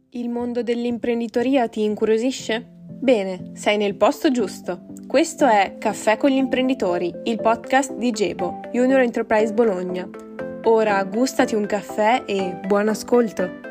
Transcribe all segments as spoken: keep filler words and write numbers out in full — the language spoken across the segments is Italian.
Il mondo dell'imprenditoria ti incuriosisce? Bene, sei nel posto giusto. Questo è Caffè con gli imprenditori, il podcast di Gebo, Junior Enterprise Bologna. Ora gustati un caffè e buon ascolto!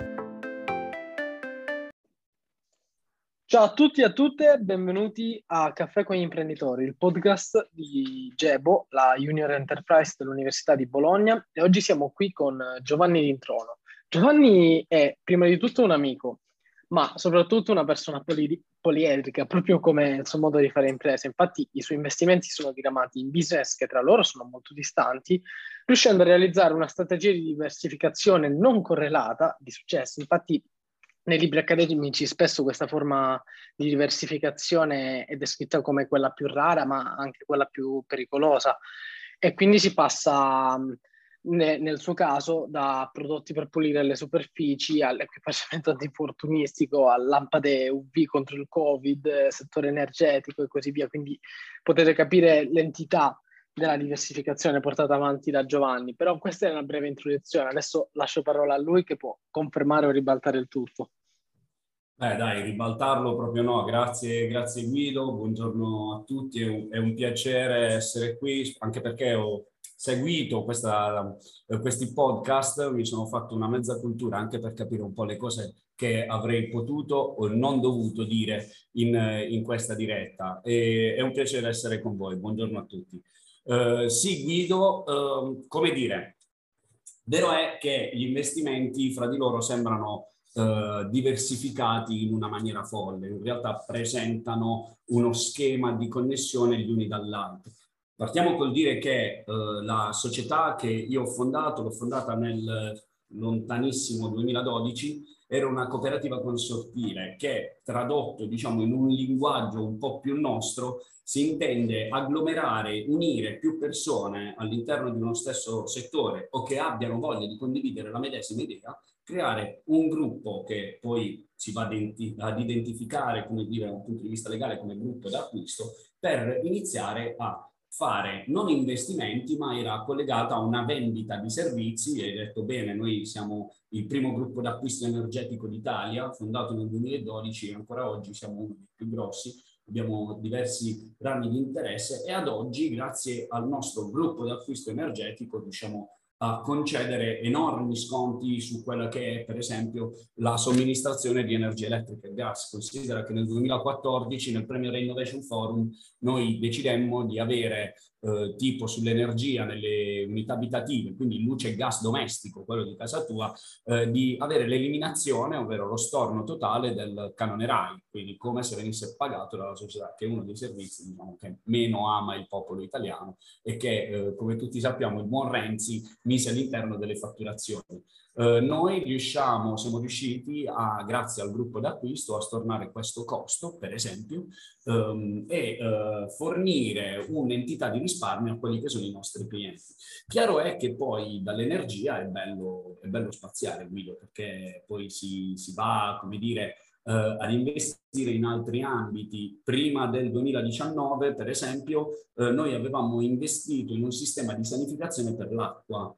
Ciao a tutti e a tutte, benvenuti a Caffè con gli imprenditori, il podcast di Gebo, la Junior Enterprise dell'Università di Bologna, e oggi siamo qui con Giovanni D'introno. Giovanni è prima di tutto un amico, ma soprattutto una persona poli- poliedrica, proprio come il suo modo di fare impresa. Infatti i suoi investimenti sono diramati in business che tra loro sono molto distanti, riuscendo a realizzare una strategia di diversificazione non correlata di successo. Infatti nei libri accademici spesso questa forma di diversificazione è descritta come quella più rara, ma anche quella più pericolosa. E quindi si passa, mh, ne- nel suo caso, da prodotti per pulire le superfici all'equipaggiamento antinfortunistico, a lampade U V contro il Covid, eh, settore energetico e così via. Quindi potete capire l'entità della diversificazione portata avanti da Giovanni. Però questa è una breve introduzione. Adesso lascio parola a lui che può confermare o ribaltare il tutto. Eh dai, ribaltarlo proprio no, grazie, grazie Guido, buongiorno a tutti, è un, è un piacere essere qui, anche perché ho seguito questa, eh, questi podcast, mi sono fatto una mezza cultura anche per capire un po' le cose che avrei potuto o non dovuto dire in, in questa diretta. E, è un piacere essere con voi, buongiorno a tutti. Eh, sì Guido, eh, come dire, vero è che gli investimenti fra di loro sembrano eh, diversificati in una maniera folle, in realtà presentano uno schema di connessione gli uni dall'altro. Partiamo col dire che eh, la società che io ho fondato, l'ho fondata nel lontanissimo duemiladodici, era una cooperativa consortile che, tradotto diciamo in un linguaggio un po' più nostro, si intende agglomerare, unire più persone all'interno di uno stesso settore o che abbiano voglia di condividere la medesima idea, creare un gruppo che poi si va ad identificare, come dire, dal punto di vista legale come gruppo d'acquisto, per iniziare a fare non investimenti, ma era collegata a una vendita di servizi. E hai detto bene, noi siamo il primo gruppo d'acquisto energetico d'Italia, fondato nel duemiladodici, e ancora oggi siamo uno dei più grossi. Abbiamo diversi rami di interesse e ad oggi, grazie al nostro gruppo d'acquisto energetico, riusciamo a concedere enormi sconti su quella che è, per esempio, la somministrazione di energia elettrica e gas. Considera che nel duemilaquattordici, nel Premio Innovation Forum, noi decidemmo di avere eh, tipo sull'energia nelle unità abitative, quindi luce e gas domestico, quello di casa tua, eh, di avere l'eliminazione, ovvero lo storno totale del canone RAI, quindi come se venisse pagato dalla società, che è uno dei servizi, diciamo, che meno ama il popolo italiano e che, eh, come tutti sappiamo, il buon Renzi mise all'interno delle fatturazioni. Eh, noi riusciamo, siamo riusciti, a, grazie al gruppo d'acquisto, a stornare questo costo, per esempio, ehm, e eh, fornire un'entità di risparmio a quelli che sono i nostri clienti. Chiaro è che poi dall'energia è bello, è bello spaziare, Guido, perché poi si, si va, come dire, eh, ad investire in altri ambiti. Prima del duemiladiciannove, per esempio, eh, noi avevamo investito in un sistema di sanificazione per l'acqua.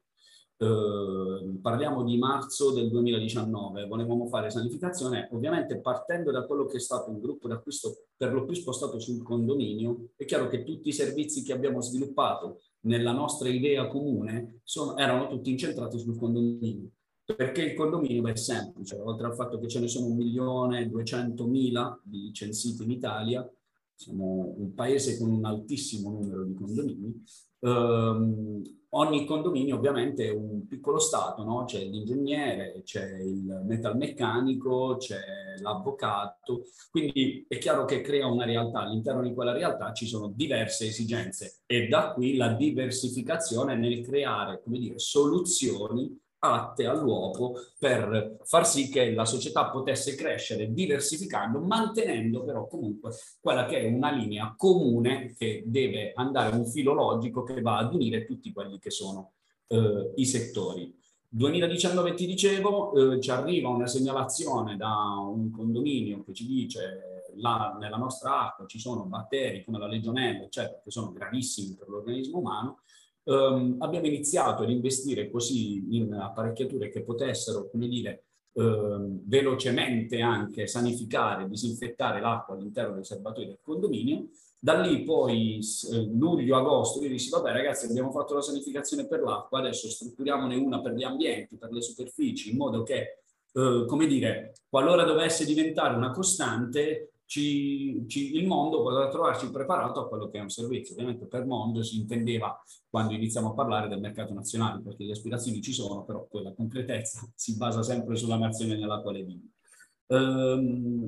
Eh, parliamo di marzo del duemiladiciannove, volevamo fare sanificazione, ovviamente partendo da quello che è stato un gruppo d'acquisto per lo più spostato sul condominio. È chiaro che tutti i servizi che abbiamo sviluppato nella nostra idea comune sono, erano tutti incentrati sul condominio, perché il condominio è semplice, oltre al fatto che ce ne sono un milione e duecentomila di censiti in Italia, siamo un paese con un altissimo numero di condomini. Um, ogni condominio ovviamente è un piccolo stato, no? C'è l'ingegnere, c'è il metalmeccanico, c'è l'avvocato, quindi è chiaro che crea una realtà, all'interno di quella realtà ci sono diverse esigenze e da qui la diversificazione nel creare, come dire, soluzioni atte all'uopo per far sì che la società potesse crescere diversificando, mantenendo però comunque quella che è una linea comune che deve andare, un filo logico che va ad unire tutti quelli che sono eh, i settori. duemiladiciannove ti dicevo, eh, ci arriva una segnalazione da un condominio che ci dice là, nella nostra acqua ci sono batteri come la legionella, eccetera, che sono gravissimi per l'organismo umano. Um, abbiamo iniziato ad investire così in apparecchiature che potessero, come dire, eh, velocemente anche sanificare, disinfettare l'acqua all'interno dei serbatoi del condominio. Da lì poi eh, luglio-agosto io dissi vabbè ragazzi, abbiamo fatto la sanificazione per l'acqua, adesso strutturiamone una per gli ambienti, per le superfici, in modo che, eh, come dire, qualora dovesse diventare una costante, ci, ci, il mondo potrà trovarci preparato a quello che è un servizio. Ovviamente per mondo si intendeva quando iniziamo a parlare del mercato nazionale, perché le aspirazioni ci sono, però poi la concretezza si basa sempre sulla nazione nella quale vivi. Um,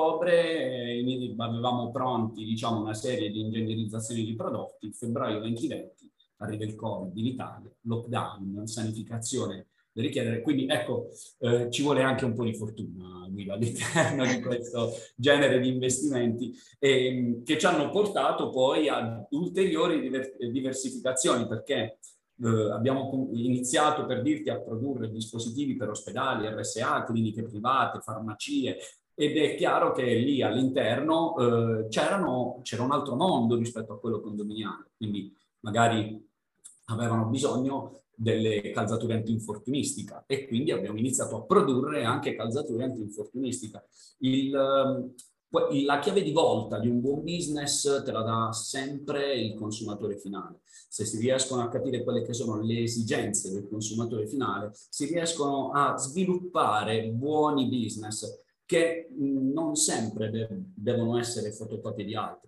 ottobre eh, avevamo pronti, diciamo, una serie di ingegnerizzazioni di prodotti. Febbraio duemilaventi arriva il Covid in Italia, lockdown, sanificazione da richiedere. Quindi ecco, eh, ci vuole anche un po' di fortuna, Guido, all'interno di questo genere di investimenti eh, che ci hanno portato poi a ulteriori diver- diversificazioni, perché Uh, abbiamo iniziato, per dirti, a produrre dispositivi per ospedali, R S A, cliniche private, farmacie, ed è chiaro che lì all'interno uh, c'era un altro mondo rispetto a quello condominiale, quindi magari avevano bisogno delle calzature antinfortunistica e quindi abbiamo iniziato a produrre anche calzature antinfortunistica. Il, um, La chiave di volta di un buon business te la dà sempre il consumatore finale. Se si riescono a capire quelle che sono le esigenze del consumatore finale, si riescono a sviluppare buoni business che non sempre de- devono essere fotocopie di altri.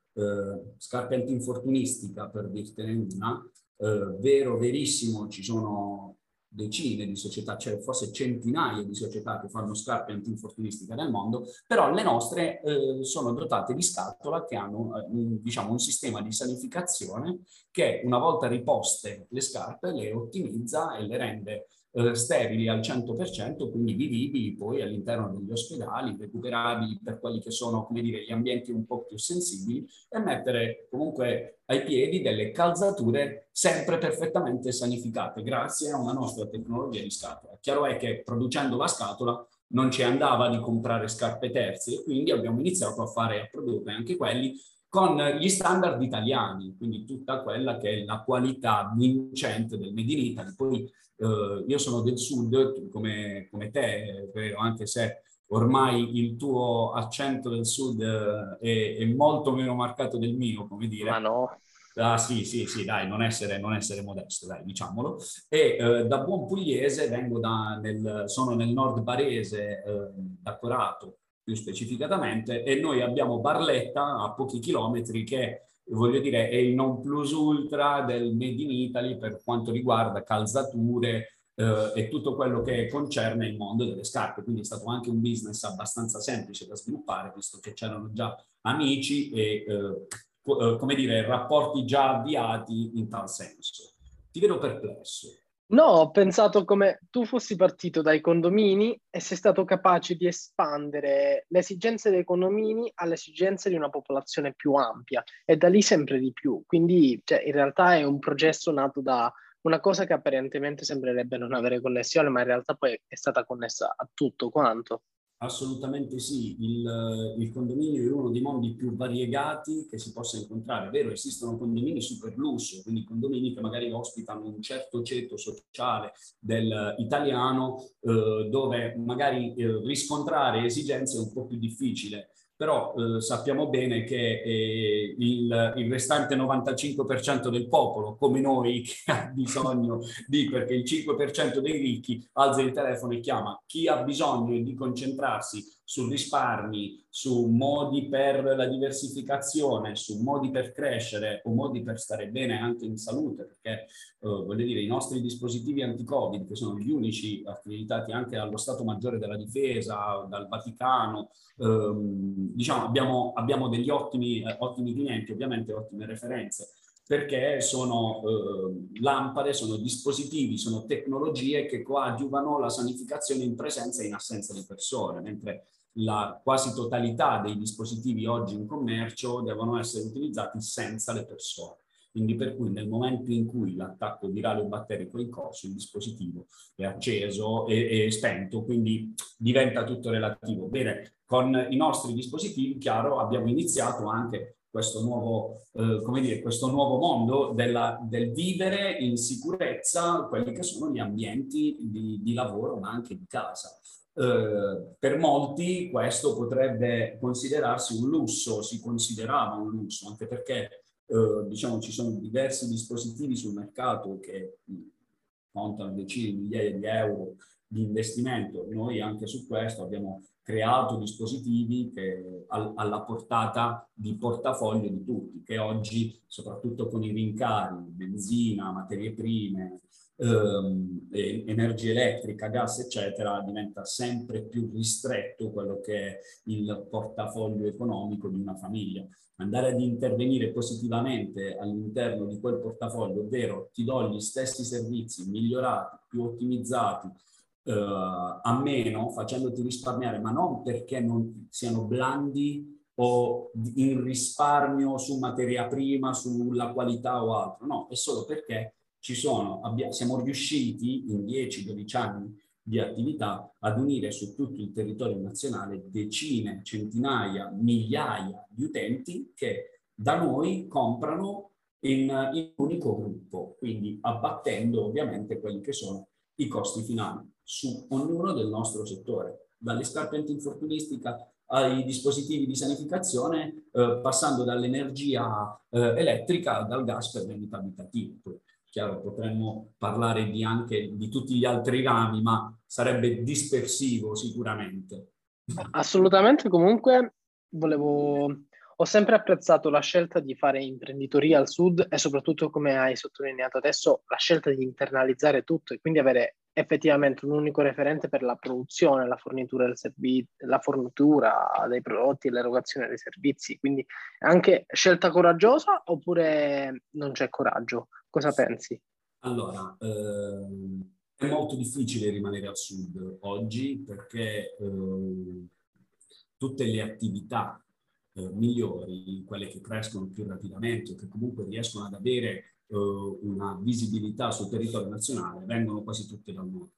Eh, scarpe antinfortunistica, per dirtene una, eh, vero, verissimo, ci sono decine di società, cioè forse centinaia di società che fanno scarpe antinfortunistica nel mondo, però le nostre eh, sono dotate di scatola che hanno eh, un, diciamo, un sistema di sanificazione che una volta riposte le scarpe le ottimizza e le rende eh, sterili al cento per cento, quindi vivibili poi all'interno degli ospedali, recuperabili per quelli che sono, come dire, gli ambienti un po' più sensibili, e mettere comunque ai piedi delle calzature sempre perfettamente sanificate grazie a una nostra tecnologia di scatola. Chiaro è che producendo la scatola non ci andava di comprare scarpe terze e quindi abbiamo iniziato a fare, a produrre anche quelli con gli standard italiani, quindi tutta quella che è la qualità vincente del Made in Italy. Poi eh, io sono del sud come, come te, eh, anche se ormai il tuo accento del sud eh, è, è molto meno marcato del mio, come dire. Ma no. Ah, sì, sì, sì, dai, non essere, non essere modesto, dai, diciamolo. E eh, da buon pugliese vengo da, nel, sono nel nord barese, eh, da Corato più specificatamente, e noi abbiamo Barletta a pochi chilometri che, voglio dire, è il non plus ultra del Made in Italy per quanto riguarda calzature eh, e tutto quello che concerne il mondo delle scarpe. Quindi è stato anche un business abbastanza semplice da sviluppare, visto che c'erano già amici e eh, come dire, rapporti già avviati in tal senso. Ti vedo perplesso. No, ho pensato come tu fossi partito dai condomini e sei stato capace di espandere le esigenze dei condomini alle esigenze di una popolazione più ampia e da lì sempre di più. Quindi, cioè, in realtà è un processo nato da una cosa che apparentemente sembrerebbe non avere connessione, ma in realtà poi è stata connessa a tutto quanto. Assolutamente sì, il, il condominio è uno dei mondi più variegati che si possa incontrare. È vero, esistono condomini super lusso, quindi condomini che magari ospitano un certo ceto sociale del italiano, eh, dove magari eh, riscontrare esigenze è un po' più difficile. Però eh, sappiamo bene che eh, il, il restante novantacinque per cento del popolo, come noi, che ha bisogno di, perché il cinque per cento dei ricchi alza il telefono e chiama. Chi ha bisogno di concentrarsi su risparmi, su modi per la diversificazione, su modi per crescere o modi per stare bene anche in salute, perché eh, voglio dire, i nostri dispositivi anti-Covid, che sono gli unici accreditati anche allo Stato Maggiore della Difesa, dal Vaticano, ehm, diciamo abbiamo, abbiamo degli ottimi, eh, ottimi clienti, ovviamente ottime referenze, perché sono eh, lampade, sono dispositivi, sono tecnologie che coadiuvano la sanificazione in presenza e in assenza di persone, mentre la quasi totalità dei dispositivi oggi in commercio devono essere utilizzati senza le persone. Quindi per cui nel momento in cui l'attacco virale o batterico è in corso, il dispositivo è acceso e, e spento, quindi diventa tutto relativo. Bene, con i nostri dispositivi, chiaro, abbiamo iniziato anche questo nuovo, eh, come dire, questo nuovo mondo della, del vivere in sicurezza quelli che sono gli ambienti di, di lavoro, ma anche di casa. Eh, per molti questo potrebbe considerarsi un lusso, si considerava un lusso, anche perché eh, diciamo ci sono diversi dispositivi sul mercato che mh, contano decine di migliaia di euro di investimento. Noi anche su questo abbiamo creato dispositivi che, al, alla portata di portafoglio di tutti, che oggi, soprattutto con i rincari, benzina, materie prime, ehm, energia elettrica, gas, eccetera, diventa sempre più ristretto quello che è il portafoglio economico di una famiglia. Andare ad intervenire positivamente all'interno di quel portafoglio, ovvero ti do gli stessi servizi migliorati, più ottimizzati, eh, a meno, facendoti risparmiare, ma non perché non siano blandi o in risparmio su materia prima, sulla qualità o altro, no, è solo perché ci sono, abbiamo, siamo riusciti in dieci dodici anni di attività ad unire su tutto il territorio nazionale decine, centinaia, migliaia di utenti che da noi comprano in, in un unico gruppo, quindi abbattendo ovviamente quelli che sono i costi finali su ognuno del nostro settore, dalle scarpe antinfortunistica ai dispositivi di sanificazione, eh, passando dall'energia eh, elettrica, dal gas per vendita abitativa. Chiaro, potremmo parlare di anche di tutti gli altri rami, ma sarebbe dispersivo sicuramente. Assolutamente, comunque volevo... Ho sempre apprezzato la scelta di fare imprenditoria al sud e soprattutto, come hai sottolineato adesso, la scelta di internalizzare tutto e quindi avere effettivamente un unico referente per la produzione, la fornitura del servizio, la fornitura dei prodotti e l'erogazione dei servizi. Quindi anche scelta coraggiosa oppure non c'è coraggio? Cosa pensi? Allora, ehm, è molto difficile rimanere al sud oggi perché ehm, tutte le attività eh, migliori, quelle che crescono più rapidamente, che comunque riescono ad avere eh, una visibilità sul territorio nazionale, vengono quasi tutte dal nord.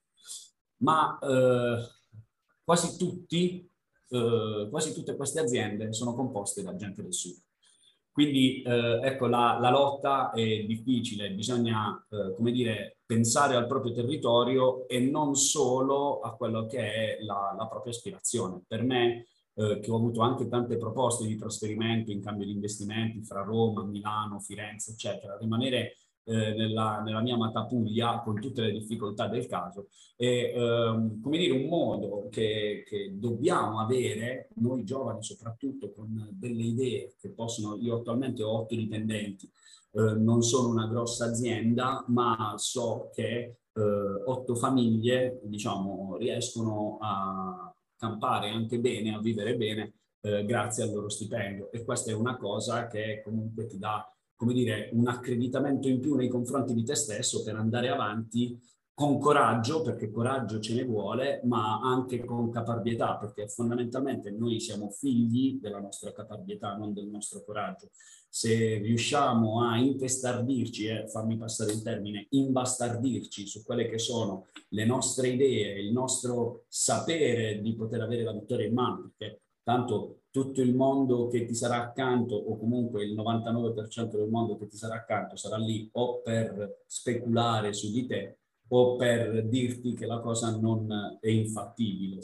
Ma eh, quasi tutti, eh, quasi tutte queste aziende sono composte da gente del sud. Quindi eh, ecco, la, la lotta è difficile, bisogna, eh, come dire, pensare al proprio territorio e non solo a quello che è la, la propria aspirazione. Per me, eh, che ho avuto anche tante proposte di trasferimento in cambio di investimenti fra Roma, Milano, Firenze, eccetera, rimanere eh, nella, nella mia amata Puglia con tutte le difficoltà del caso è, ehm, come dire, un modo che, che dobbiamo avere, noi giovani soprattutto, con delle idee che possono, io attualmente ho otto dipendenti, eh, non sono una grossa azienda, ma so che eh, otto famiglie, diciamo, riescono a campare anche bene, a vivere bene, eh, grazie al loro stipendio. E questa è una cosa che comunque ti dà, come dire, un accreditamento in più nei confronti di te stesso per andare avanti con coraggio, perché coraggio ce ne vuole, ma anche con caparbietà, perché fondamentalmente noi siamo figli della nostra caparbietà, non del nostro coraggio. Se riusciamo a intestardirci, e eh, farmi passare il termine, imbastardirci su quelle che sono le nostre idee, il nostro sapere di poter avere la vittoria in mano, perché tanto tutto il mondo che ti sarà accanto, o comunque il novantanove per cento del mondo che ti sarà accanto, sarà lì o per speculare su di te o per dirti che la cosa non è infattibile.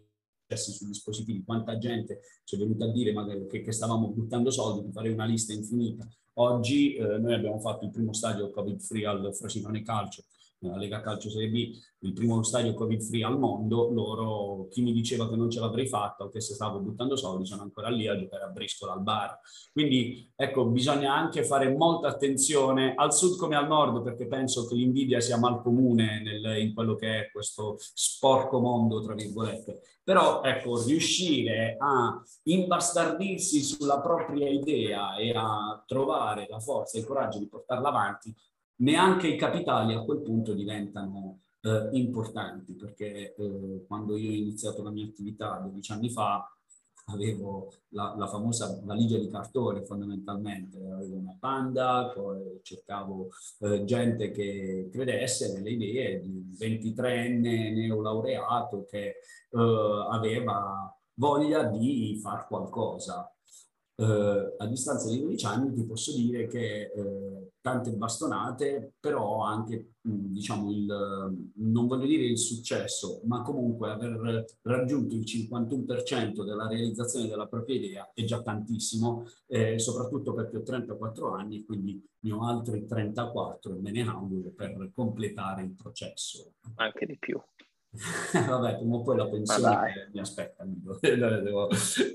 Sui dispositivi, quanta gente ci è venuta a dire magari che, che stavamo buttando soldi per fare una lista infinita. Oggi eh, noi abbiamo fatto il primo stadio Covid free al Frosinone Calcio, nella Lega Calcio Serie B, il primo stadio Covid free al mondo. Loro, chi mi diceva che non ce l'avrei fatta o che se stavo buttando soldi, sono ancora lì a giocare a briscola al bar. Quindi ecco, bisogna anche fare molta attenzione al sud come al nord, perché penso che l'invidia sia mal comune nel, in quello che è questo sporco mondo, tra virgolette. Però ecco, riuscire a imbastardirsi sulla propria idea e a trovare la forza e il coraggio di portarla avanti, neanche i capitali a quel punto diventano eh, importanti, perché eh, quando io ho iniziato la mia attività dodici anni fa avevo la, la famosa valigia di cartone, fondamentalmente avevo una Panda, poi cercavo eh, gente che credesse nelle idee di un ventitreenne neolaureato che eh, aveva voglia di far qualcosa. Eh, a distanza di dodici anni ti posso dire che eh, tante bastonate, però anche mh, diciamo il, non voglio dire il successo, ma comunque aver raggiunto il cinquantuno per cento della realizzazione della propria idea è già tantissimo, eh, soprattutto perché ho trentaquattro anni, quindi ne ho altri trentaquattro e me ne auguro per completare il processo. Anche di più. Vabbè, prima o poi la Ma pensione dai. mi aspetta. Devo, uh,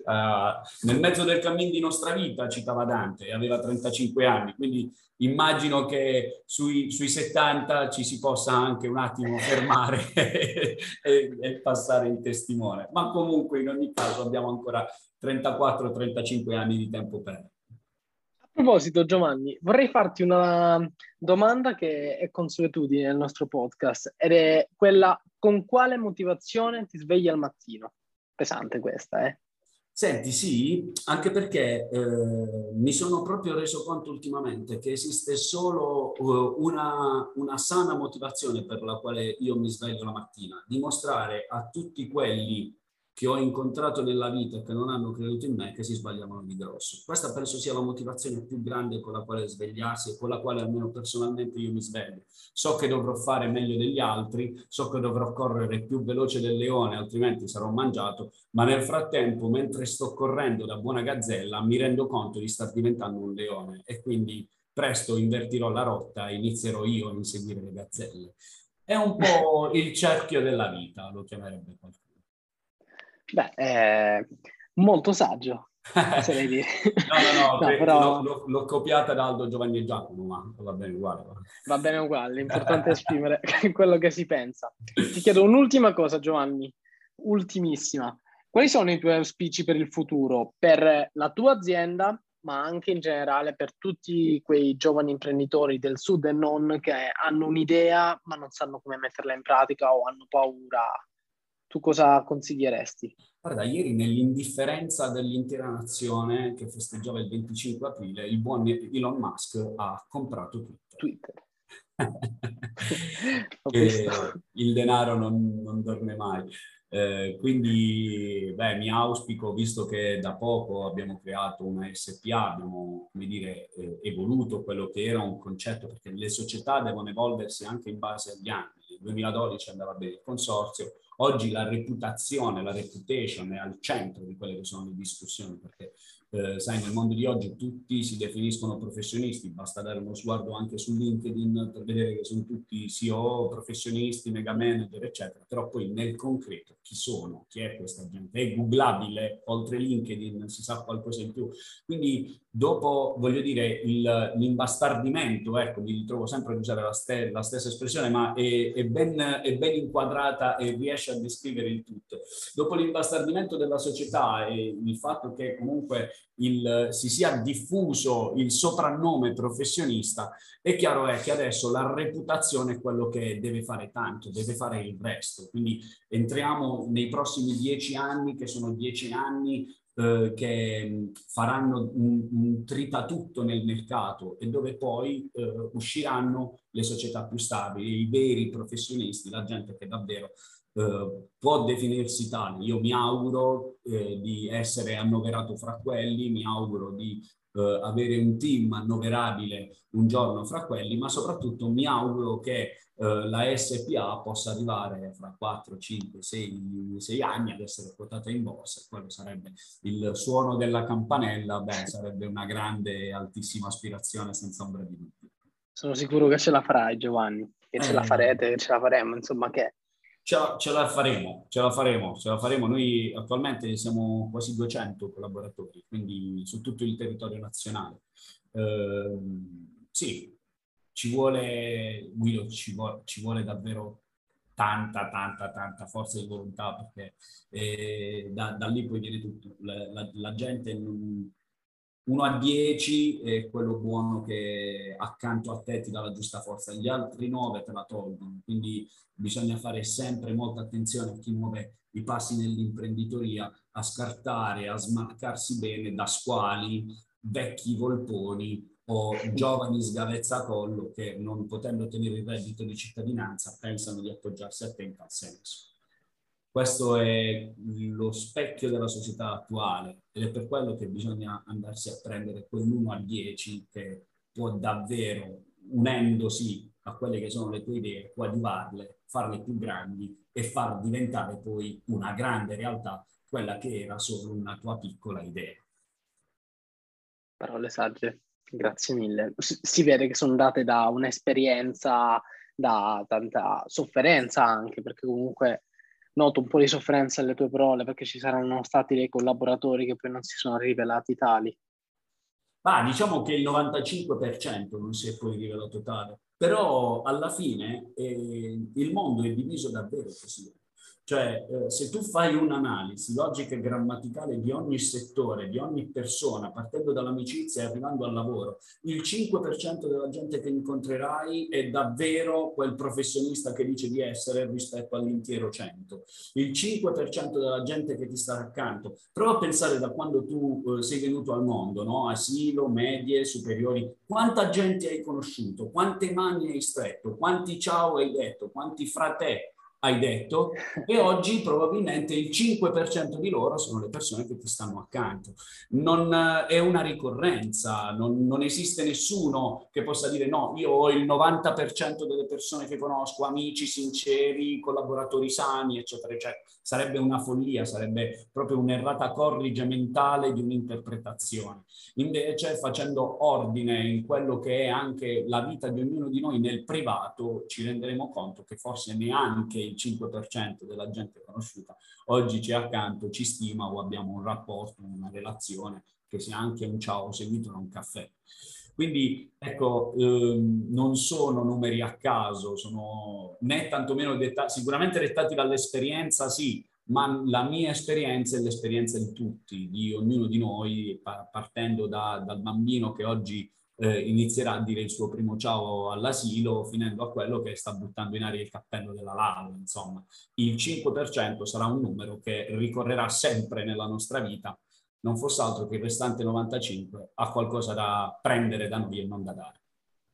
nel mezzo del cammin di nostra vita, citava Dante, aveva trentacinque anni, quindi immagino che sui, sui settanta ci si possa anche un attimo fermare e, e, e passare il testimone. Ma comunque, in ogni caso, abbiamo ancora trentaquattro trentacinque anni di tempo per. A proposito, Giovanni, vorrei farti una domanda che è consuetudine nel nostro podcast ed è quella: con quale motivazione ti svegli al mattino? Pesante questa, eh? Senti, sì, anche perché eh, mi sono proprio reso conto ultimamente che esiste solo uh, una, una sana motivazione per la quale io mi sveglio la mattina: dimostrare a tutti quelli che ho incontrato nella vita e che non hanno creduto in me che si sbagliavano di grosso. Questa penso sia la motivazione più grande con la quale svegliarsi e con la quale almeno personalmente io mi sveglio. So che dovrò fare meglio degli altri, so che dovrò correre più veloce del leone, altrimenti sarò mangiato, ma nel frattempo, mentre sto correndo da buona gazzella, mi rendo conto di star diventando un leone e quindi presto invertirò la rotta e inizierò io a inseguire le gazzelle. È un po' il cerchio della vita, lo chiamerebbe qualcuno. Beh, è molto saggio, oserei dire. No, no, no, No, però l'ho, l'ho, l'ho copiata da Aldo, Giovanni e Giacomo, ma va bene uguale. va bene uguale, l'importante è esprimere quello che si pensa. Ti chiedo un'ultima cosa, Giovanni, ultimissima. Quali sono i tuoi auspici per il futuro, per la tua azienda, ma anche in generale per tutti quei giovani imprenditori del sud e non, che hanno un'idea ma non sanno come metterla in pratica o hanno paura? Tu cosa consiglieresti? Guarda, ieri nell'indifferenza dell'intera nazione che festeggiava il venticinque aprile, il buon Elon Musk ha comprato Twitter. Twitter. Ho E visto. il denaro non, non dorme mai. Eh, quindi, beh, mi auspico, visto che da poco abbiamo creato una S P A, abbiamo, come dire, eh, evoluto quello che era un concetto, perché le società devono evolversi anche in base agli anni. Nel duemiladodici andava bene il consorzio, oggi la reputazione, la reputation è al centro di quelle che sono le discussioni, perché eh, sai, nel mondo di oggi tutti si definiscono professionisti, basta dare uno sguardo anche su LinkedIn per vedere che sono tutti C E O, professionisti, mega manager, eccetera, però poi nel concreto chi sono, chi è questa gente? È googlabile, oltre LinkedIn si sa qualcosa in più, quindi dopo, voglio dire, il, l'imbastardimento, ecco, mi ritrovo sempre ad usare la, ste- la stessa espressione, ma è, è, ben, è ben inquadrata e riesce a descrivere il tutto. Dopo l'imbastardimento della società e il fatto che comunque il, si sia diffuso il soprannome professionista, è chiaro è che adesso la reputazione è quello che deve fare tanto, deve fare il resto. Quindi entriamo nei prossimi dieci anni, che sono dieci anni eh, che faranno un, un tritatutto nel mercato e dove poi eh, usciranno le società più stabili, i veri professionisti, la gente che davvero Uh, può definirsi tale. Io mi auguro eh, di essere annoverato fra quelli, mi auguro di uh, avere un team annoverabile un giorno fra quelli, ma soprattutto mi auguro che uh, la S P A possa arrivare fra quattro, cinque, sei anni ad essere quotata in borsa. Quello sarebbe il suono della campanella, beh, sarebbe una grande e altissima aspirazione senza ombra di dubbio. Sono sicuro che ce la farai, Giovanni, che ce la Eh, farete, che ce la faremo, insomma, che... Ce la, ce la faremo, ce la faremo, ce la faremo. Noi attualmente siamo quasi duecento collaboratori, quindi su tutto il territorio nazionale. Eh, sì, ci vuole, Guido, ci vuole, ci vuole davvero tanta, tanta, tanta forza di volontà, perché eh, da, da lì poi viene tutto. La, la, la gente non, uno a dieci è quello buono che accanto a te ti dà la giusta forza, gli altri nove te la tolgono, quindi bisogna fare sempre molta attenzione a chi muove i passi nell'imprenditoria, a scartare, a smarcarsi bene da squali, vecchi volponi o giovani sgavezzacollo che, non potendo ottenere il reddito di cittadinanza, pensano di appoggiarsi a te in tal senso. Questo è lo specchio della società attuale ed è per quello che bisogna andarsi a prendere quell'uno a dieci che può davvero, unendosi a quelle che sono le tue idee, coadiuvarle, farle più grandi e far diventare poi una grande realtà quella che era solo una tua piccola idea. Parole sagge, grazie mille. Si, si vede che sono date da un'esperienza, da tanta sofferenza anche, perché comunque noto un po' di sofferenza alle tue parole, perché ci saranno stati dei collaboratori che poi non si sono rivelati tali. Ah, diciamo che il novantacinque per cento non si è poi rivelato tale, però alla fine eh, il mondo è diviso davvero così. Cioè, eh, se tu fai un'analisi logica e grammaticale di ogni settore, di ogni persona, partendo dall'amicizia e arrivando al lavoro, il cinque per cento della gente che incontrerai è davvero quel professionista che dice di essere rispetto all'intero cento. Il cinque per cento della gente che ti sta accanto. Prova a pensare da quando tu eh, sei venuto al mondo, no? Asilo, medie, superiori, quanta gente hai conosciuto, quante mani hai stretto, quanti ciao hai detto, quanti frate hai detto, e oggi probabilmente il cinque per cento di loro sono le persone che ti stanno accanto. Non eh, è una ricorrenza, non, non esiste nessuno che possa dire no, io ho il novanta per cento delle persone che conosco, amici sinceri, collaboratori sani, eccetera, eccetera. Sarebbe una follia, sarebbe proprio un'errata corrige mentale di un'interpretazione. Invece, facendo ordine in quello che è anche la vita di ognuno di noi nel privato, ci renderemo conto che forse neanche il cinque per cento della gente conosciuta oggi ci è accanto, ci stima o abbiamo un rapporto, una relazione che sia anche un ciao seguito da un caffè. Quindi ecco, ehm, non sono numeri a caso, sono né tantomeno dettati, sicuramente dettati dall'esperienza, sì, ma la mia esperienza è l'esperienza di tutti, di ognuno di noi, partendo da, dal bambino che oggi eh, inizierà a dire il suo primo ciao all'asilo, finendo a quello che sta buttando in aria il cappello della laurea. Insomma, il cinque per cento sarà un numero che ricorrerà sempre nella nostra vita, non fosse altro che il restante novantacinque per cento ha qualcosa da prendere da noi e non da dare.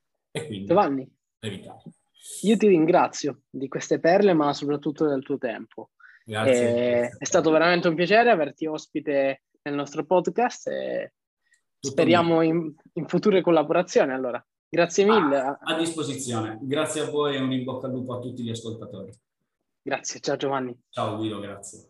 E quindi Giovanni, evitare. io ti ringrazio di queste perle, ma soprattutto del tuo tempo. Grazie. E è stato veramente un piacere averti ospite nel nostro podcast e Tutto speriamo mio. in, in future collaborazioni. Allora, grazie mille. Ah, a disposizione. Grazie a voi e un in bocca al lupo a tutti gli ascoltatori. Grazie, ciao Giovanni. Ciao Guido, grazie.